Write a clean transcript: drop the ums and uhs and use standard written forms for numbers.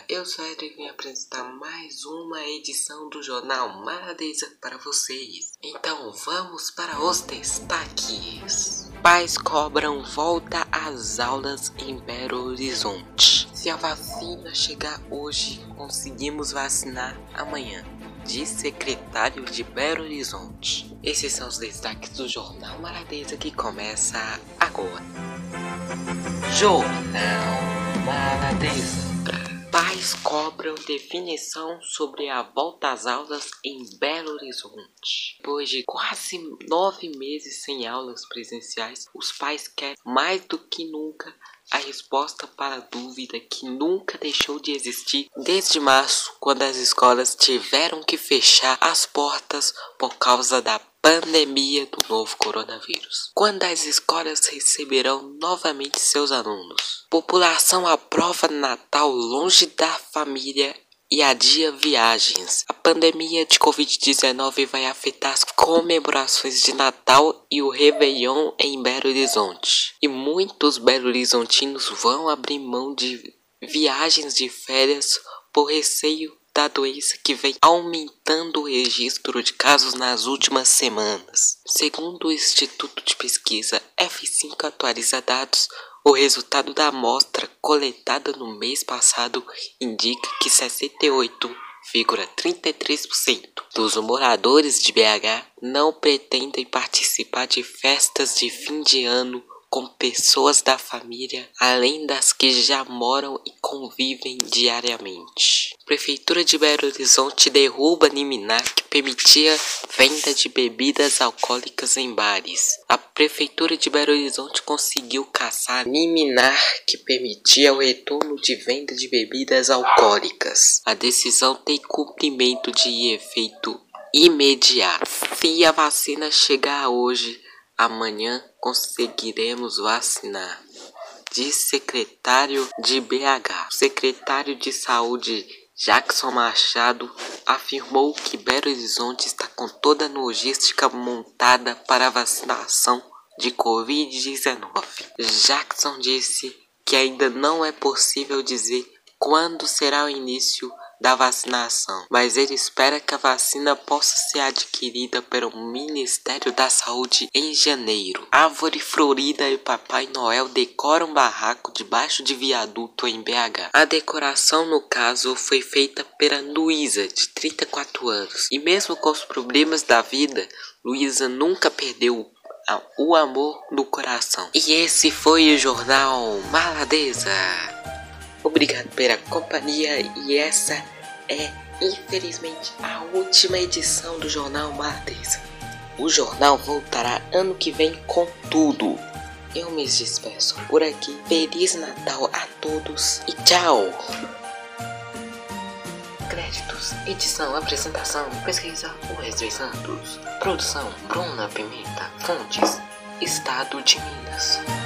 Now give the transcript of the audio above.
eu sou Eder e vim apresentar mais uma edição do Jornal Maladeza para vocês. Então vamos para os destaques. Pais cobram volta às aulas em Belo Horizonte. Se a vacina chegar hoje, conseguimos vacinar amanhã, diz secretário de Belo Horizonte. Esses são os destaques do Jornal Maladeza que começa agora. Jornal Maladeza. Pais cobram definição sobre a volta às aulas em Belo Horizonte. Depois de quase 9 meses sem aulas presenciais, os pais querem mais do que nunca a resposta para a dúvida que nunca deixou de existir desde março, quando as escolas tiveram que fechar as portas por causa da pandemia do novo coronavírus. Quando as escolas receberão novamente seus alunos? População aprova Natal longe da família e adia viagens. A pandemia de Covid-19 vai afetar as comemorações de Natal e o Réveillon em Belo Horizonte. E muitos belo-horizontinos vão abrir mão de viagens de férias por receio da doença que vem aumentando o registro de casos nas últimas semanas. Segundo o Instituto de Pesquisa F5 atualiza dados, o resultado da amostra coletada no mês passado indica que 68,33% dos moradores de BH não pretendem participar de festas de fim de ano com pessoas da família, além das que já moram e convivem diariamente. Prefeitura de Belo Horizonte derruba liminar que permitia venda de bebidas alcoólicas em bares. A Prefeitura de Belo Horizonte conseguiu cassar liminar que permitia o retorno de venda de bebidas alcoólicas. A decisão tem cumprimento de efeito imediato. Se a vacina chegar hoje, amanhã conseguiremos vacinar, diz secretário de BH. O secretário de Saúde, Jackson Machado, afirmou que Belo Horizonte está com toda a logística montada para a vacinação de Covid-19. Jackson disse que ainda não é possível dizer quando será o início da vacinação, mas ele espera que a vacina possa ser adquirida pelo Ministério da Saúde em janeiro. Árvore florida e Papai Noel decoram barraco debaixo de viaduto em BH. A decoração, no caso, foi feita pela Luísa, de 34 anos. E mesmo com os problemas da vida, Luísa nunca perdeu o amor no coração. E esse foi o Jornal Maladeza. Obrigado pela companhia e essa é, infelizmente, a última edição do Jornal Maladeza. O jornal voltará ano que vem com tudo. Eu me despeço por aqui. Feliz Natal a todos e tchau! Créditos, edição, apresentação, pesquisa, Wesley Santos. Produção, Bruna Pimenta. Fontes, Estado de Minas.